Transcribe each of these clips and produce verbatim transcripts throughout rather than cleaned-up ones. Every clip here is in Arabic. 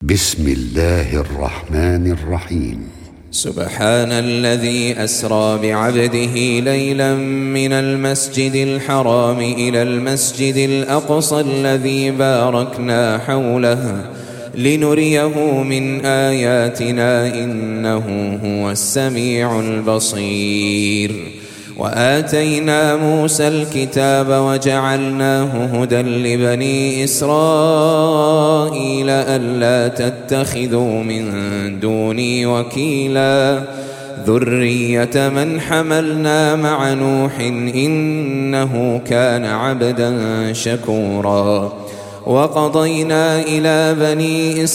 بسم الله الرحمن الرحيم. سبحان الذي أسرى بعبده ليلا من المسجد الحرام إلى المسجد الأقصى الذي باركنا حوله لنريه من آياتنا إنه هو السميع البصير. وآتينا موسى الكتاب وجعلناه هدى لبني إسرائيل ألا تتخذوا من دوني وكيلا ذرية من حملنا مع نوح إنه كان عبدا شكورا. وقضينا إلى بني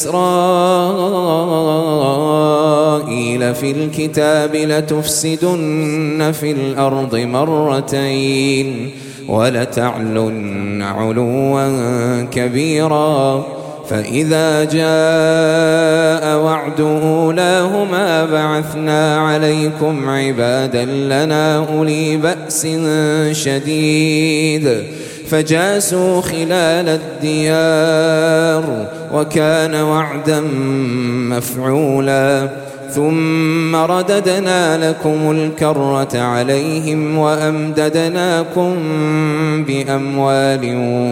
إسرائيل في الكتاب لتفسدن في الأرض مرتين ولتعلن علوا كبيرا. فإذا جاء وعد أولاهما بعثنا عليكم عبادا لنا أولي بأس شديد فجاسوا خلال الديار وكان وعدا مفعولا. ثم رددنا لكم الكرة عليهم وأمددناكم بأموال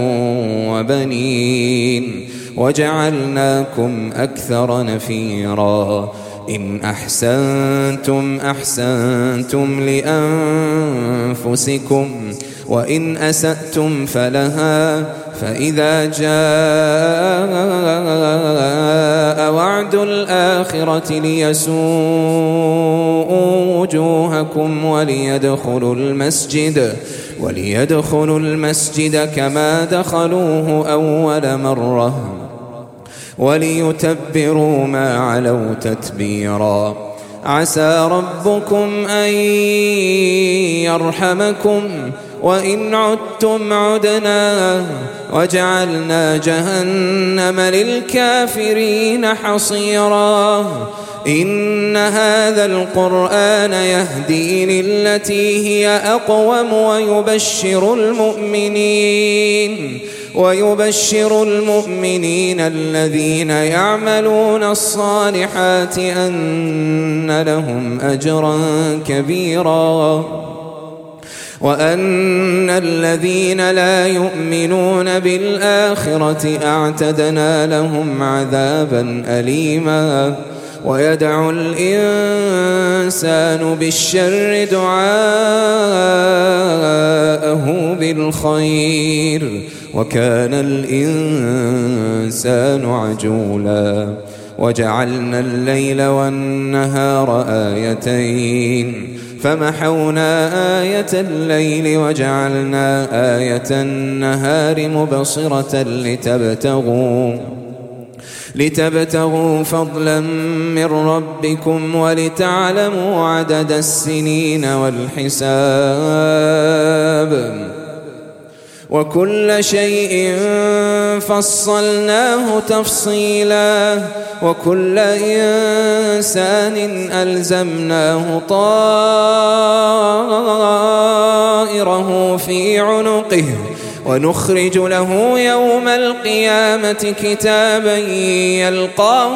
وبنين وجعلناكم أكثر نفيرا. إن أحسنتم أحسنتم لأنفسكم وإن أسأتم فلها. فإذا جاء وعد الآخرة ليسوءوا وجوهكم وليدخلوا المسجد وليدخلوا المسجد كما دخلوه أول مرة وليتبروا ما علوا تتبيرا. عسى ربكم أن يرحمكم وإن عدتم عدنا وجعلنا جهنم للكافرين حصيرا. إن هذا القرآن يهدي للتي هي أقوم ويبشر المؤمنين ويبشر المؤمنين الذين يعملون الصالحات أن لهم أجرا كبيرا وأن الذين لا يؤمنون بالآخرة أعتدنا لهم عذابا أليما. ويدعو الإنسان بالشر دعاءه بالخير وكان الإنسان عجولا. وجعلنا الليل والنهار آيتين فمحونا آية الليل وجعلنا آية النهار مبصرة لتبتغوا لتبتغوا فضلا من ربكم ولتعلموا عدد السنين والحساب وكل شيء فصلناه تفصيلا. وكل إنسان ألزمناه طائره في عنقه ونخرج له يوم القيامة كتابا يلقاه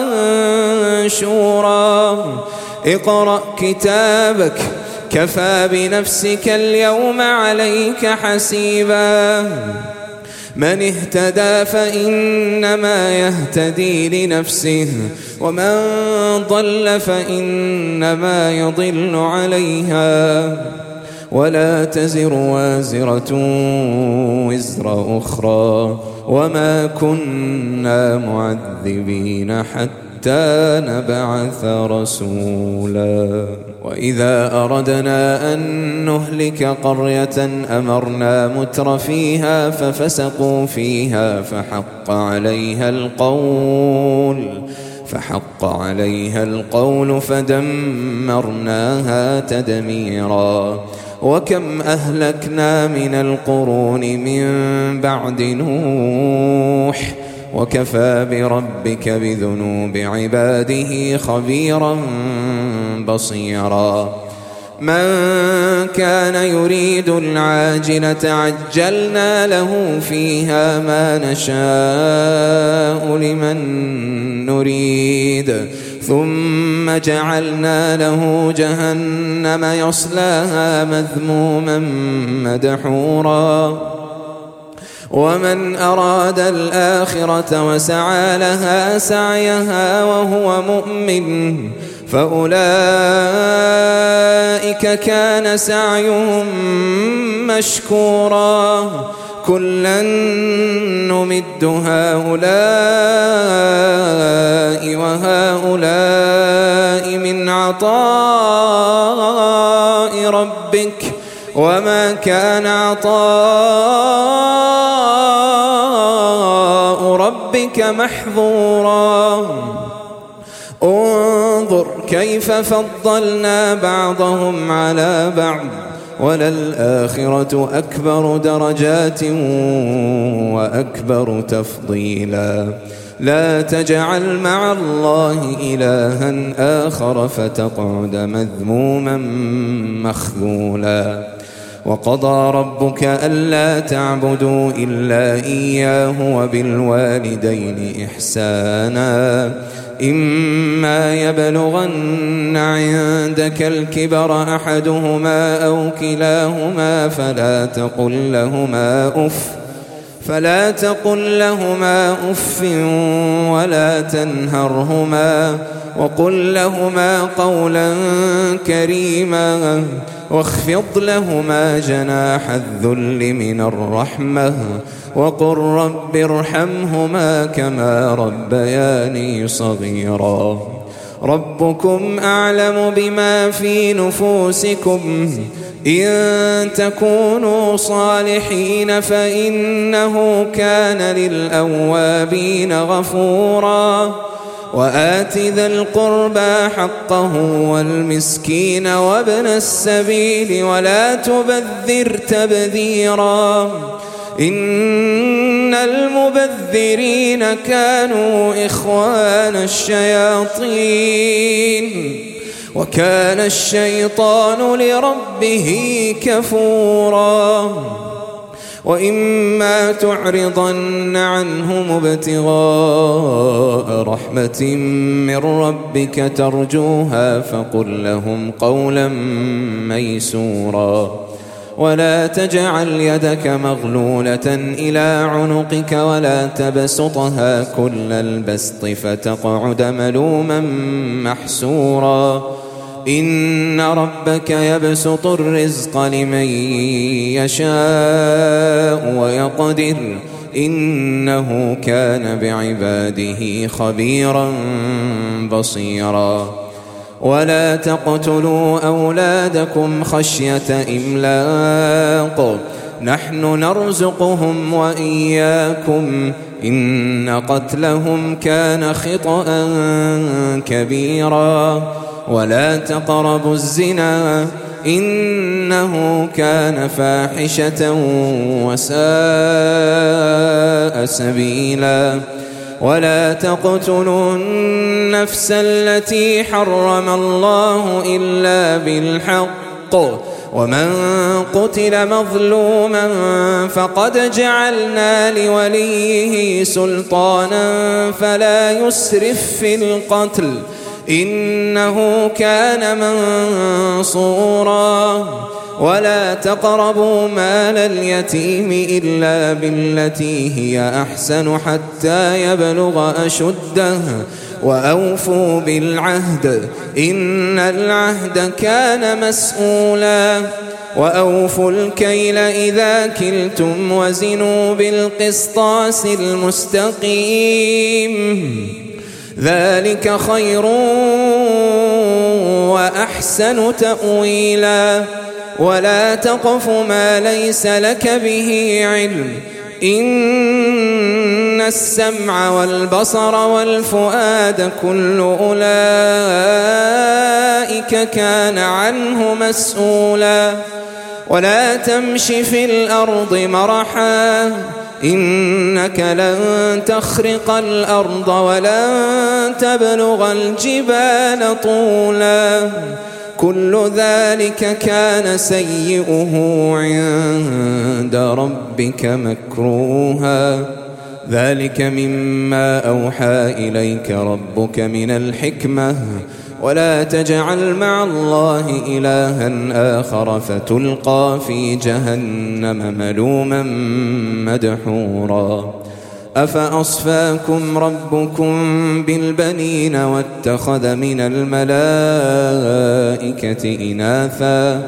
منشورا. اقرأ كتابك كفى بنفسك اليوم عليك حسيبا. من اهتدى فإنما يهتدي لنفسه ومن ضل فإنما يضل عليها ولا تزر وازرة وزر أخرى وما كنا معذبين حتى نبعث رسولا. وإذا أردنا أن نهلك قرية أمرنا متر فيها ففسقوا فيها فحق عليها القول فحق عليها القول فدمرناها تدميرا. وكم أهلكنا من القرون من بعد نوح وكفى بربك بذنوب عباده خبيرا بصيرا. من كان يريد العاجلة عجلنا له فيها ما نشاء لمن نريد ثم جعلنا له جهنم يصلاها مذموما مدحورا ومن أراد الآخرة وسعى لها سعيها وهو مؤمن فأولئك كان سعيهم مشكورا كلا نمد هؤلاء وهؤلاء من عطاء ربك وما كان عطاء ربك محظورا انظر كيف فضلنا بعضهم على بعض وللآخرة أكبر درجات وأكبر تفضيلا لا تجعل مع الله إلها آخر فتقعد مذموما مخذولا وقضى ربك ألا تعبدوا إلا إياه وبالوالدين إحسانا إما يبلغن عندك الكبر أحدهما أو كلاهما فلا تقل لهما أف فلا تقل لهما أف ولا تنهرهما وقل لهما قولا كريما واخفض لهما جناح الذل من الرحمة وقل رب ارحمهما كما ربياني صغيرا ربكم أعلم بما في نفوسكم إن تكونوا صالحين فإنه كان للأوابين غفورا وآت ذا القربى حقه والمسكين وابن السبيل ولا تبذر تبذيرا إن المبذرين كانوا إخوان الشياطين وكان الشيطان لربه كفورا وإما تعرضن عنهم ابتغاء رحمة من ربك ترجوها فقل لهم قولا ميسورا ولا تجعل يدك مغلولة إلى عنقك ولا تبسطها كل البسط فتقعد ملوما محسورا إن ربك يبسط الرزق لمن يشاء ويقدر إنه كان بعباده خبيرا بصيرا ولا تقتلوا أولادكم خشية إملاق نحن نرزقهم وإياكم إن قتلهم كان خطأ كبيرا ولا تقربوا الزنا إنه كان فاحشة وساء سبيلا ولا تقتلوا النفس التي حرم الله إلا بالحق ومن قتل مظلوما فقد جعلنا لوليه سلطانا فلا يسرف في القتل إنه كان منصورا ولا تقربوا مال اليتيم إلا بالتي هي أحسن حتى يبلغ أشده وأوفوا بالعهد إن العهد كان مسؤولا وأوفوا الكيل إذا كلتم وزنوا بالقسطاس المستقيم ذلك خير وأحسن تأويلا ولا تقف ما ليس لك به علم إن السمع والبصر والفؤاد كل أولئك كان عنه مسؤولا ولا تمش في الأرض مرحا إنك لن تخرق الأرض ولن تبلغ الجبال طولا كل ذلك كان سيئه عند ربك مكروها ذلك مما أوحى إليك ربك من الحكمة ولا تجعل مع الله إلها آخر فتلقى في جهنم ملوما مدحورا أفأصفاكم ربكم بالبنين واتخذ من الملائكة إناثا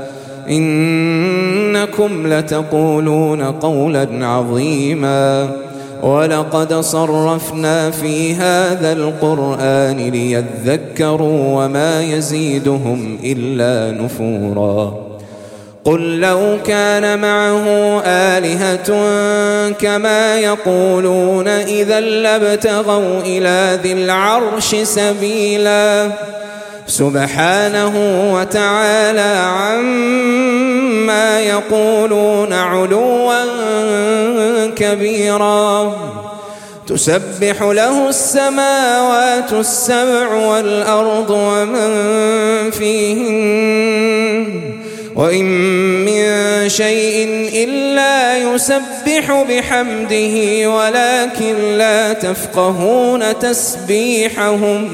إنكم لتقولون قولا عظيما ولقد صرفنا في هذا القرآن ليذكروا وما يزيدهم إلا نفورا قل لو كان معه آلهة كما يقولون إذا لابتغوا إلى ذي العرش سبيلا سبحانه وتعالى عما يقولون علوا كبيرا تسبح له السماوات السبع والأرض ومن فيهن وإن من شيء إلا يسبح بحمده ولكن لا تفقهون تسبيحهم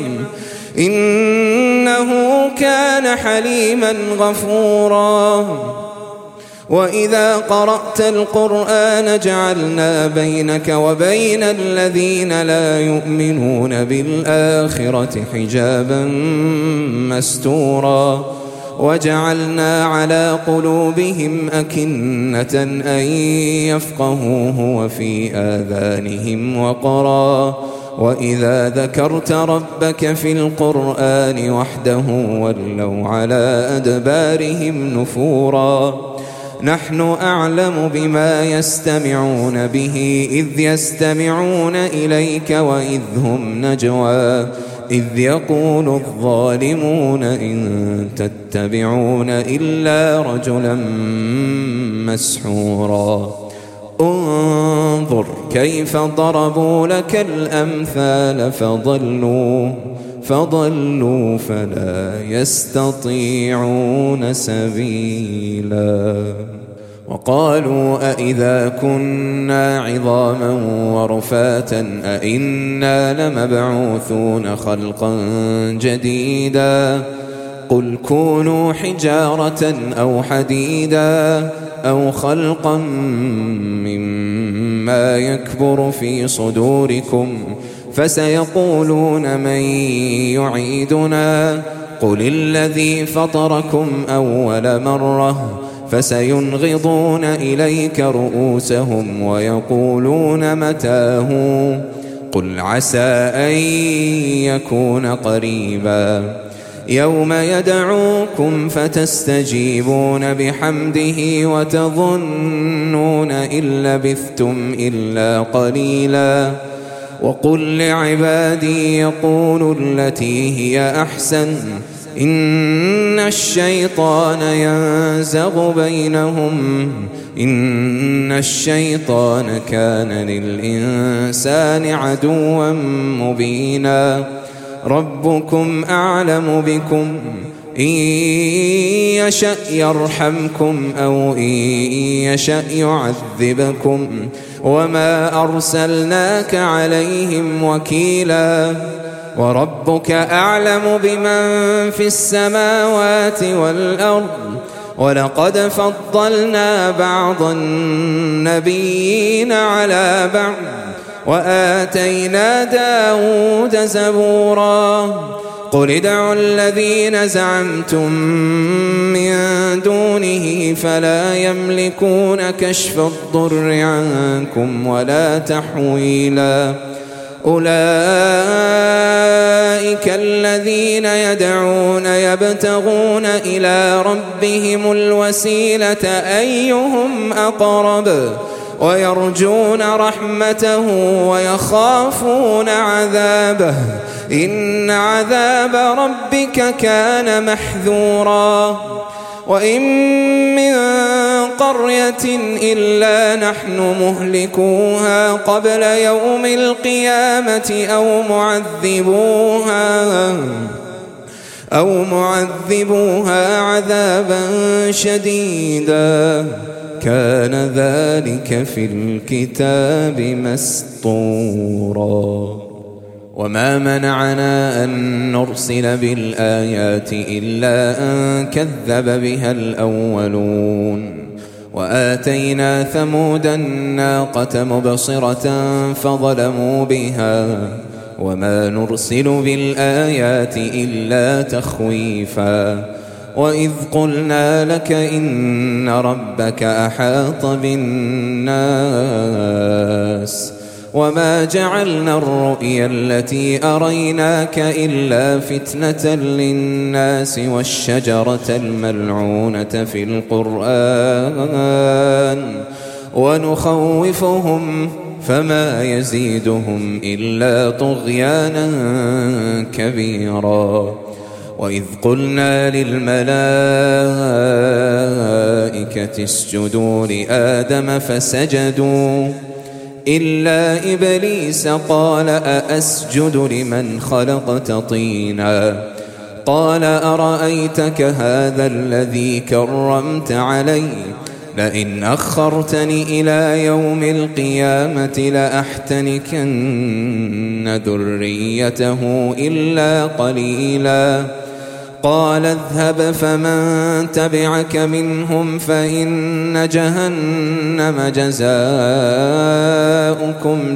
إنه كان حليما غفورا وإذا قرأت القرآن جعلنا بينك وبين الذين لا يؤمنون بالآخرة حجابا مستورا وجعلنا على قلوبهم أكنة أن يفقهوه وفي آذانهم وقرا وإذا ذكرت ربك في القرآن وحده ولوا على أدبارهم نفورا نحن أعلم بما يستمعون به إذ يستمعون إليك وإذ هم نجوى إذ يقول الظالمون إن تتبعون إلا رجلا مسحورا انظر كيف ضربوا لك الأمثال فضلوا فضلوا فلا يستطيعون سبيلا وقالوا أإذا كنا عظاما ورفاتا أإنا لمبعوثون خلقا جديدا قل كونوا حجارة أو حديدا أو خلقا مما يكبر في صدوركم فسيقولون من يعيدنا قل الذي فطركم أول مرة فسينغضون إليك رؤوسهم ويقولون متاه قل عسى أن يكون قريبا يوم يدعوكم فتستجيبون بحمده وتظنون إن لبثتم إلا قليلا وقل لعبادي يقولوا التي هي أحسن إن الشيطان ينزغ بينهم إن الشيطان كان للإنسان عدوا مبينا ربكم أعلم بكم إن يشأ يرحمكم أو إن يشأ يعذبكم وما أرسلناك عليهم وكيلا وربك أعلم بمن في السماوات والأرض ولقد فضلنا بعض النبيين على بعض وآتينا داود زبورا قل ادعوا الذين زعمتم من دونه فلا يملكون كشف الضر عنكم ولا تحويلا أولئك الذين يدعون يبتغون إلى ربهم الوسيلة أيهم أقرب ويرجون رحمته ويخافون عذابه إن عذاب ربك كان محذورا وإن من قرية إلا نحن مهلكوها قبل يوم القيامة أو معذبوها أو معذبوها عذابا شديدا كان ذلك في الكتاب مسطورا. وما منعنا أن نرسل بالآيات إلا أن كذب بها الأولون. وآتينا ثمود الناقة مبصرة فظلموا بها وما نرسل بالآيات إلا تخويفا. وإذ قلنا لك إن ربك أحاط بالناس وما جعلنا الرؤيا التي أريناك إلا فتنة للناس والشجرة الملعونة في القرآن ونخوفهم فما يزيدهم إلا طغيانا كبيرا. وإذ قلنا للملائكة اسجدوا لآدم فسجدوا إلا إبليس قال أأسجد لمن خلقت طينا قال أرأيتك هذا الذي كرمت علي لئن أخرتني إلى يوم القيامة لأحتنكن ذريته إلا قليلا. قال اذهب فمن تبعك منهم فإن جهنم جزاؤكم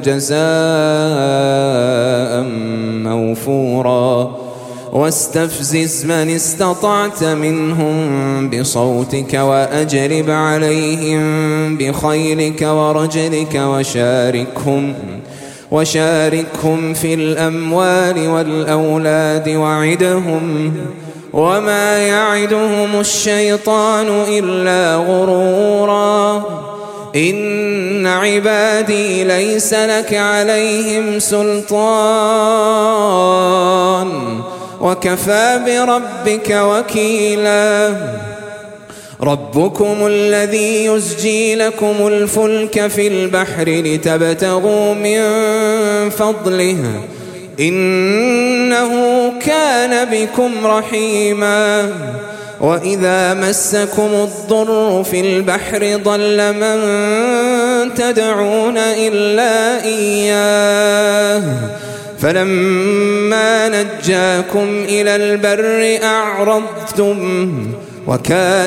جزاء موفورا. واستفزز من استطعت منهم بصوتك وأجلب عليهم بخيلك ورجلك وشاركهم وشاركهم في الأموال والأولاد وعدهم وما يعدهم الشيطان إلا غرورا. إن عبادي ليس لك عليهم سلطان وكفى بربك وكيلا. ربكم الذي يزجي لكم الفلك في البحر لتبتغوا من فضله إنه كان بكم رحيما. وإذا مسكم الضر في البحر ضل من تدعون إلا إياه فلما نجاكم إلى البر أعرضتم وكان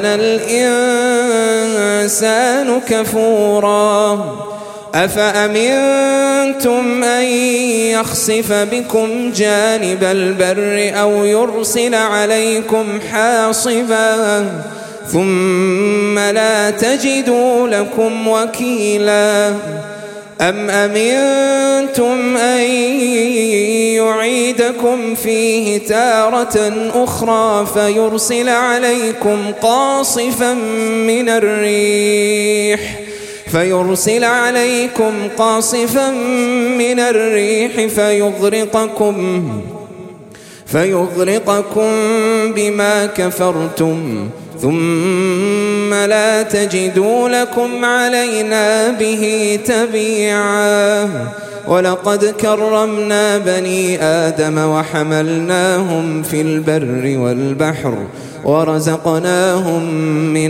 الإنسان كفورا. أفأمنتم أن يخسف بكم جانب البر أو يرسل عليكم حاصبا ثم لا تجدوا لكم وكيلا. أم أمنتم أن يعيدكم فيه تارة أخرى فيرسل عليكم قاصفا من الريح فيرسل عليكم قاصفا من الريح فيغرقكم فيغرقكم بما كفرتم ثم لا تجدوا لكم علينا به تبيعا. ولقد كرمنا بني آدم وحملناهم في البر والبحر ورزقناهم من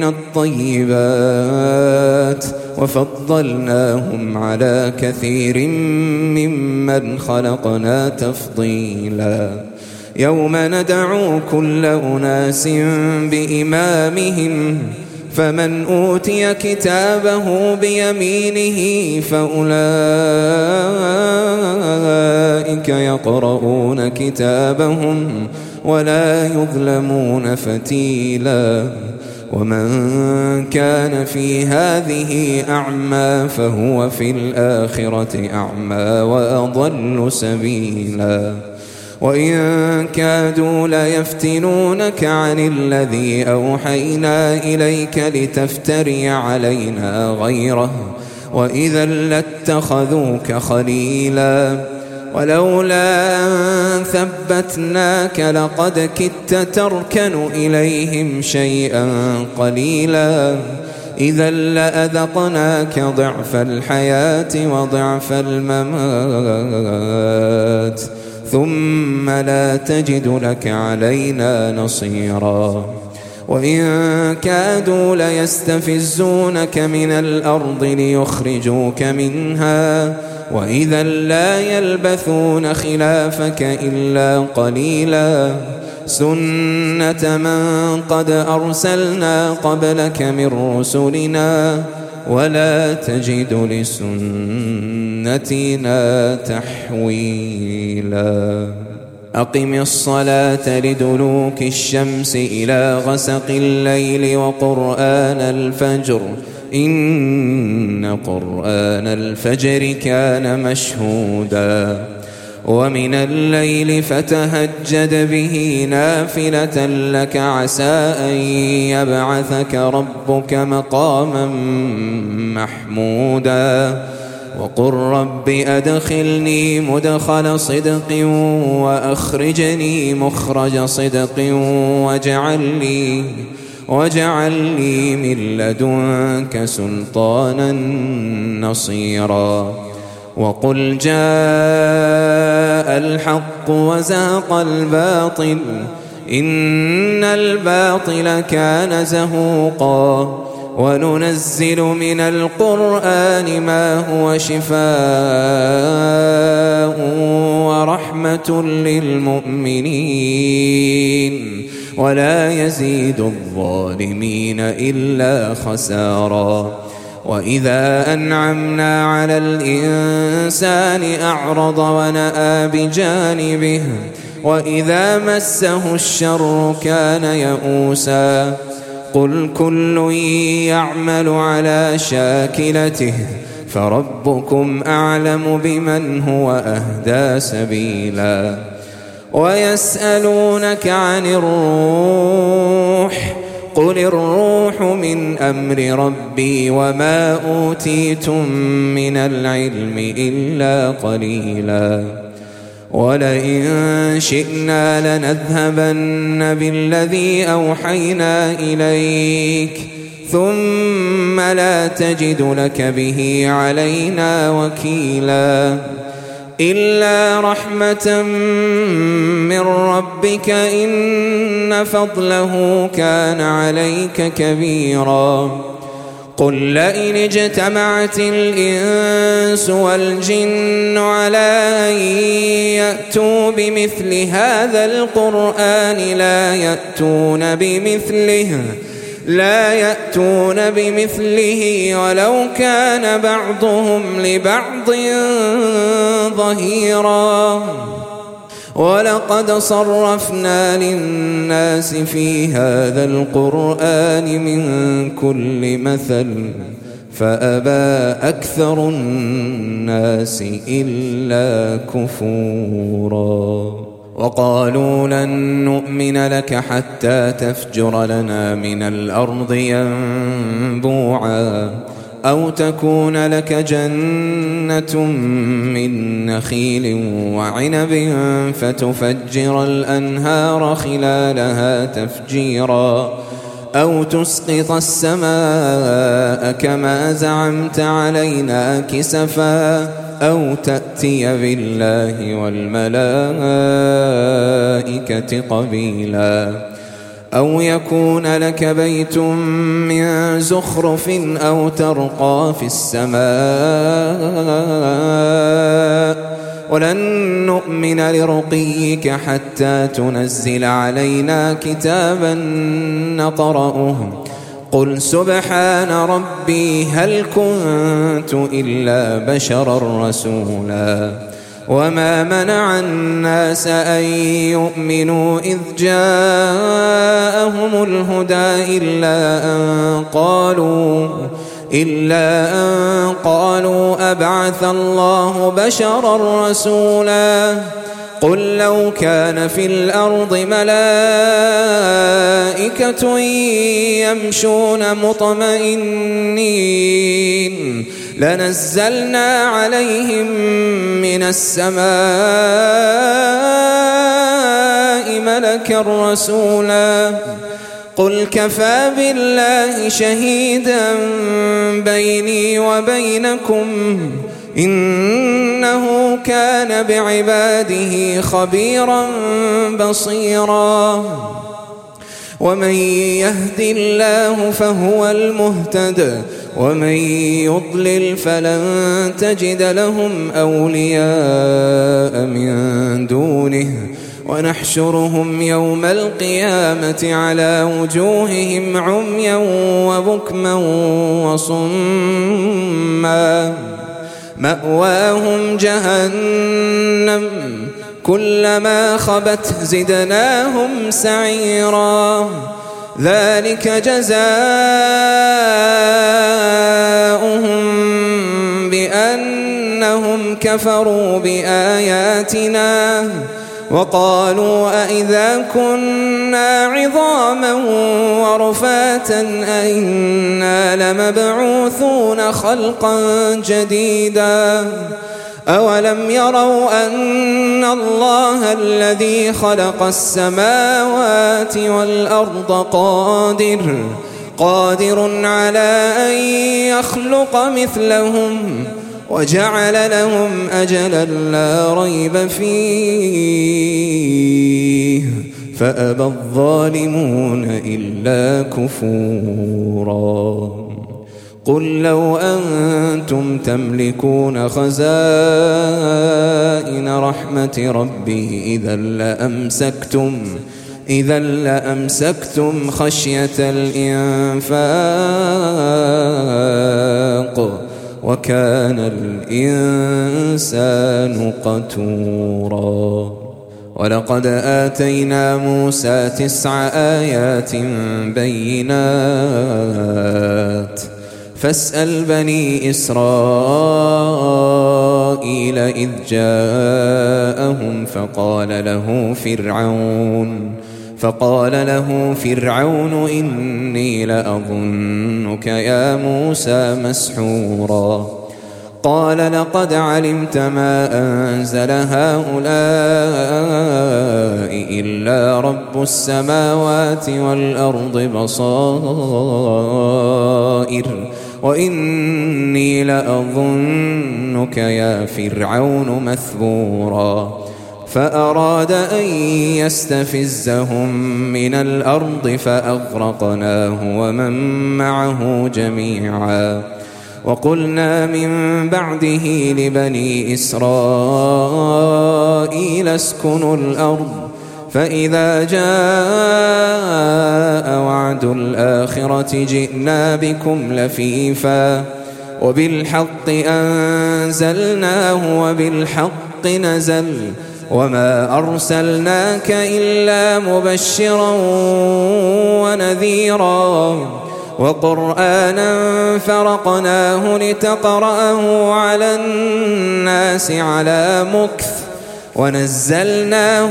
الطيبات وفضلناهم على كثير ممن خلقنا تفضيلا. يوم ندعو كل أناس بإمامهم فمن أوتي كتابه بيمينه فأولئك يقرؤون كتابهم ولا يظلمون فتيلا. ومن كان في هذه أعمى فهو في الآخرة أعمى وأضل سبيلا. وإن كادوا ليفتنونك عن الذي أوحينا إليك لتفتري علينا غيره وإذا لاتخذوك خليلا. ولولا أن ثبتناك لقد كدت تركن إليهم شيئا قليلا. إذا لأذقناك ضعف الحياة وضعف الممات ثم لا تجد لك علينا نصيرا وإن كادوا ليستفزونك من الأرض ليخرجوك منها وإذا لا يلبثون خلافك إلا قليلا سنة من قد أرسلنا قبلك من رسلنا ولا تجد لسنتنا تحويلا أقم الصلاة لدلوك الشمس إلى غسق الليل وقرآن الفجر إن قرآن الفجر كان مشهودا ومن الليل فتهجد به نافلة لك عسى أن يبعثك ربك مقاما محمودا وقل رب أدخلني مدخل صدق وأخرجني مخرج صدق واجعل لي واجعل لي من لدنك سلطانا نصيرا وقل جاء الحق وزهق الباطل إن الباطل كان زهوقا وننزل من القرآن ما هو شفاء ورحمة للمؤمنين ولا يزيد الظالمين إلا خسارا وإذا أنعمنا على الإنسان أعرض ونأى بجانبه وإذا مسه الشر كان يئوسا قل كل يعمل على شاكلته فربكم أعلم بمن هو أهدى سبيلا ويسألونك عن الروح قل الروح من أمر ربي وما أوتيتم من العلم إلا قليلا ولئن شئنا لنذهبن بالذي أوحينا إليك ثم لا تجد لك به علينا وكيلا إلا رحمة من ربك إن فضله كان عليك كبيرا قل لئن اجتمعت الإنس والجن على أن يأتوا بمثل هذا القرآن لا يأتون بمثله لا يأتون بمثله ولو كان بعضهم لبعض ظهيرا ولقد صرفنا للناس في هذا القرآن من كل مثل فأبى أكثر الناس إلا كفورا وقالوا لن نؤمن لك حتى تفجر لنا من الأرض ينبوعا أو تكون لك جنة من نخيل وعنب فتفجر الأنهار خلالها تفجيرا أو تسقط السماء كما زعمت علينا كسفا أو تأتي بالله والملائكة قبيلا أو يكون لك بيت من زخرف أو ترقى في السماء ولن نؤمن لرقيك حتى تنزل علينا كتابا نقرأه قل سبحان ربي هل كنت إلا بشرا رسولا وما منع الناس أن يؤمنوا إذ جاءهم الهدى إلا أن قالوا إلا أن قالوا أبعث الله بشرا رسولا قل لو كان في الأرض ملائكة يمشون مطمئنين لنزلنا عليهم من السماء ملكا رسولا قل كفى بالله شهيدا بيني وبينكم إنه كان بعباده خبيرا بصيرا ومن يهد الله فهو المهتد ومن يضلل فلن تجد لهم أولياء من دونه ونحشرهم يوم القيامة على وجوههم عميا وبكما وصما مأواهم جهنم كلما خبت زدناهم سعيرا ذلك جزاؤهم بأنهم كفروا بآياتنا وقالوا أئذا كنا عظاما ورفاتا أئنا لمبعوثون خلقا جديدا أولم يروا أن الله الذي خلق السماوات والأرض قادر قادر على أن يخلق مثلهم وجعل لهم أجلا لا ريب فيه فأبى الظالمون إلا كفورا قل لو أنتم تملكون خزائن رحمة ربه إذا لأمسكتم إذا لأمسكتم خشية الإنفاق وكان الإنسان قتورا ولقد آتينا موسى تسع آيات بينات فاسأل بني إسرائيل إذ جاءهم فقال له فرعون فقال له فرعون إني لأظنك يا موسى مسحورا قال لقد علمت ما أنزل هؤلاء إلا رب السماوات والأرض بصائر وإني لأظنك يا فرعون مثبورا فأراد أن يستفزهم من الأرض فأغرقناه ومن معه جميعا وقلنا من بعده لبني إسرائيل اسكنوا الأرض فإذا جاء وعد الآخرة جئنا بكم لفيفا وبالحق أنزلناه وبالحق نزل وما أرسلناك إلا مبشرا ونذيرا وقرآنا فرقناه لتقرأه على الناس على مكث ونزلناه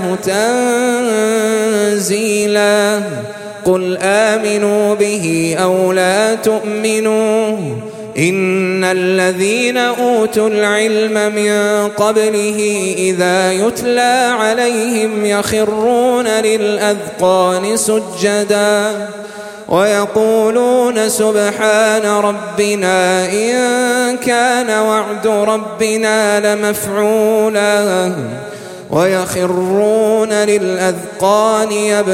تنزيلا قل آمنوا به أو لا تؤمنوا إن الذين أوتوا العلم من قبله إذا يتلى عليهم يخرون للأذقان سجدا ويقولون سبحان ربنا إن كان وعد ربنا لمفعولا ويخرون للأذقان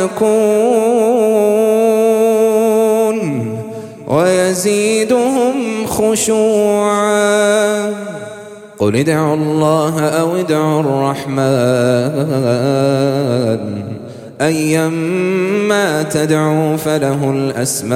يبكون ويزيدهم خشوعا قل ادعوا الله أو ادعوا الرحمن أيما تدعوا فله الأسماء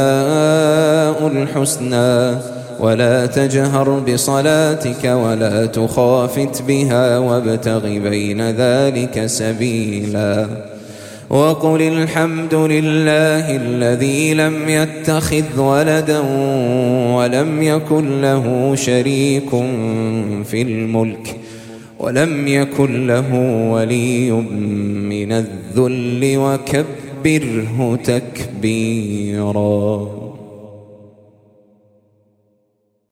الحسنى ولا تجهر بصلاتك ولا تخافت بها وابتغ بين ذلك سبيلا وقل الحمد لله الذي لم يتخذ ولدا ولم يكن له شريك في الملك ولم يكن له ولي من الذل وكبره تكبيرا.